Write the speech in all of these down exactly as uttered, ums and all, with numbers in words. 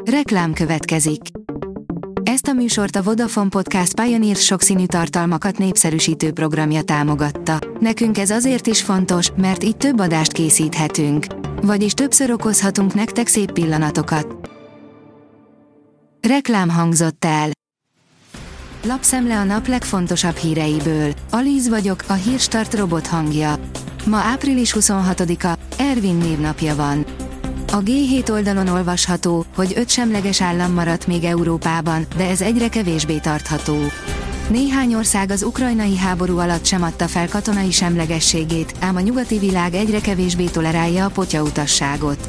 Reklám következik. Ezt a műsort a Vodafone Podcast Pioneer sokszínű tartalmakat népszerűsítő programja támogatta. Nekünk ez azért is fontos, mert így több adást készíthetünk. Vagyis többször okozhatunk nektek szép pillanatokat. Reklám hangzott el. Lapszemle a nap legfontosabb híreiből. Alíz vagyok, a Hírstart robot hangja. Ma április huszonhatodika, Ervin névnapja van. A gé hét oldalon olvasható, hogy öt semleges állam maradt még Európában, de ez egyre kevésbé tartható. Néhány ország az ukrajnai háború alatt sem adta fel katonai semlegességét, ám a nyugati világ egyre kevésbé tolerálja a potyautasságot.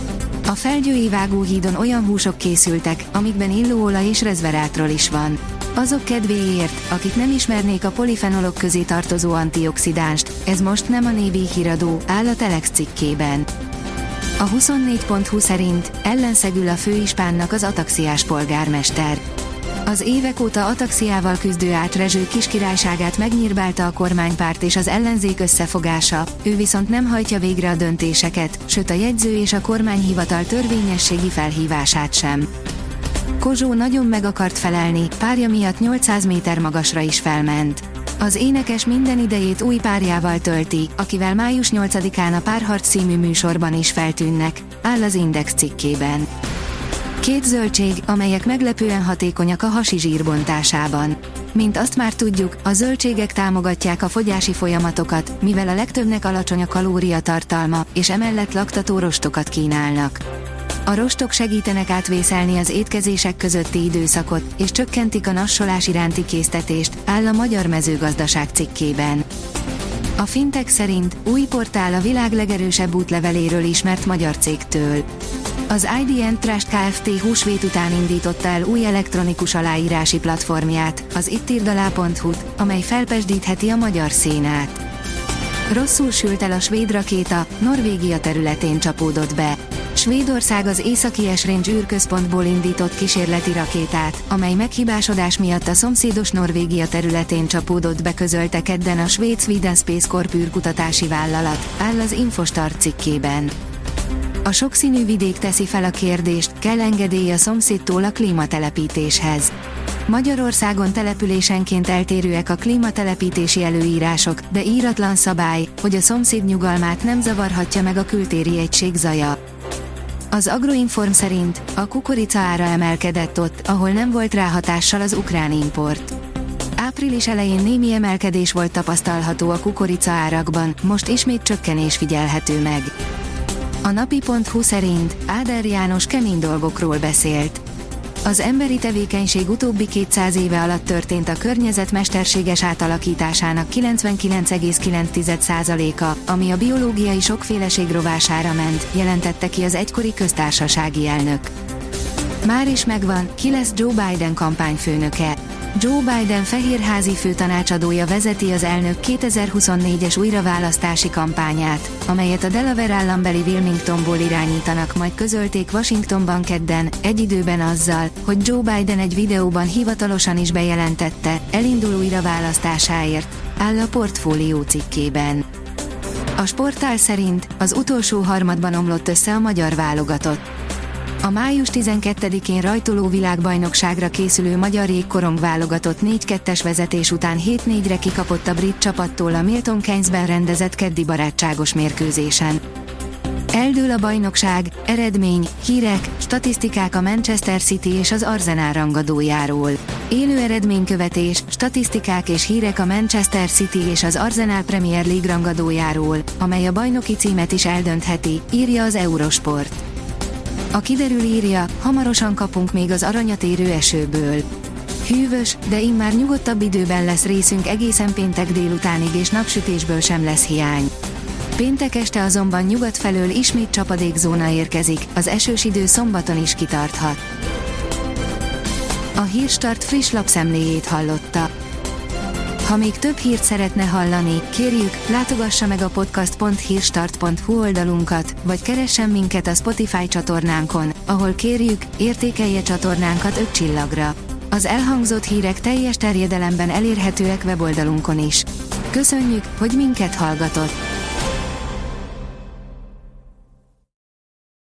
A Felgyői vágóhídon olyan húsok készültek, amikben illóolaj és rezverátról is van. Azok kedvéért, akik nem ismernék a polifenolok közé tartozó antioxidánst, ez most nem a névi híradó, áll a Telex cikkében. A huszonnégy pont hu szerint ellenszegül a főispánnak az ataxiás polgármester. Az évek óta ataxiával küzdő Ács-Rezső kiskirályságát megnyírbálta a kormánypárt és az ellenzék összefogása, ő viszont nem hajtja végre a döntéseket, sőt a jegyző és a kormányhivatal törvényességi felhívását sem. Kozsó nagyon meg akart felelni, párja miatt nyolcszáz méter magasra is felment. Az énekes minden idejét új párjával tölti, akivel május nyolcadikán a Párharc című műsorban is feltűnnek, áll az Index cikkében. Két zöldség, amelyek meglepően hatékonyak a hasi zsírbontásában. Mint azt már tudjuk, a zöldségek támogatják a fogyási folyamatokat, mivel a legtöbbnek alacsony a kalóriatartalma, és emellett laktató rostokat kínálnak. A rostok segítenek átvészelni az étkezések közötti időszakot, és csökkentik a nassolás iránti késztetést, áll a Magyar Mezőgazdaság cikkében. A Fintech szerint új portál a világ legerősebb útleveléről ismert magyar cégtől. Az i dé Entrust Kft. Húsvét után indította el új elektronikus aláírási platformját, az ittirdalá pont hu-t, amely felpezsdítheti a magyar szénát. Rosszul sült el a svéd rakéta, Norvégia területén csapódott be. Svédország az északi Esrange űrközpontból indított kísérleti rakétát, amely meghibásodás miatt a szomszédos Norvégia területén csapódott be, közölte kedden a svéd Sweden Space Corp űrkutatási vállalat, áll az Infostart cikkében. A sokszínű vidék teszi fel a kérdést, kell engedély a szomszédtól a klímatelepítéshez. Magyarországon településenként eltérőek a klímatelepítési előírások, de íratlan szabály, hogy a szomszéd nyugalmát nem zavarhatja meg a kültéri egység zaja. Az Agroinform szerint a kukorica ára emelkedett ott, ahol nem volt rá hatással az ukrán import. Április elején némi emelkedés volt tapasztalható a kukorica árakban, most ismét csökkenés figyelhető meg. A napi pont hu szerint Áder János kemény dolgokról beszélt. Az emberi tevékenység utóbbi kétszáz éve alatt történt a környezet mesterséges átalakításának kilencvenkilenc egész kilenc százaléka, ami a biológiai sokféleség rovására ment, jelentette ki az egykori köztársasági elnök. Már is megvan, ki lesz Joe Biden kampányfőnöke. Joe Biden fehérházi főtanácsadója vezeti az elnök kétezer-huszonnégyes újraválasztási kampányát, amelyet a Delaware állambeli Wilmingtonból irányítanak, majd közölték Washingtonban kedden, egy időben azzal, hogy Joe Biden egy videóban hivatalosan is bejelentette, elindul újraválasztásáért, áll a Portfólió cikkében. A sportál szerint az utolsó harmadban omlott össze a magyar válogatott. A május tizenkettedikén rajtoló világbajnokságra készülő magyar jégkorong válogatott négy kettes vezetés után hét négyre kikapott a brit csapattól a Milton Keynesben rendezett keddi barátságos mérkőzésen. Eldől a bajnokság, eredmény, hírek, statisztikák a Manchester City és az Arsenal rangadójáról. Élő eredménykövetés, statisztikák és hírek a Manchester City és az Arsenal Premier League rangadójáról, amely a bajnoki címet is eldöntheti, írja az Eurosport. A kiderül írja, hamarosan kapunk még az aranyat érő esőből. Hűvös, de immár nyugodtabb időben lesz részünk egészen péntek délutánig, és napsütésből sem lesz hiány. Péntek este azonban nyugat felől ismét csapadékzóna érkezik, az esős idő szombaton is kitarthat. A Hírstart friss lapszemléjét hallotta. Ha még több hírt szeretne hallani, kérjük, látogassa meg a podcast pont hírstart pont hu oldalunkat, vagy keressen minket a Spotify csatornánkon, ahol kérjük, értékelje csatornánkat öt csillagra. Az elhangzott hírek teljes terjedelemben elérhetőek weboldalunkon is. Köszönjük, hogy minket hallgatott!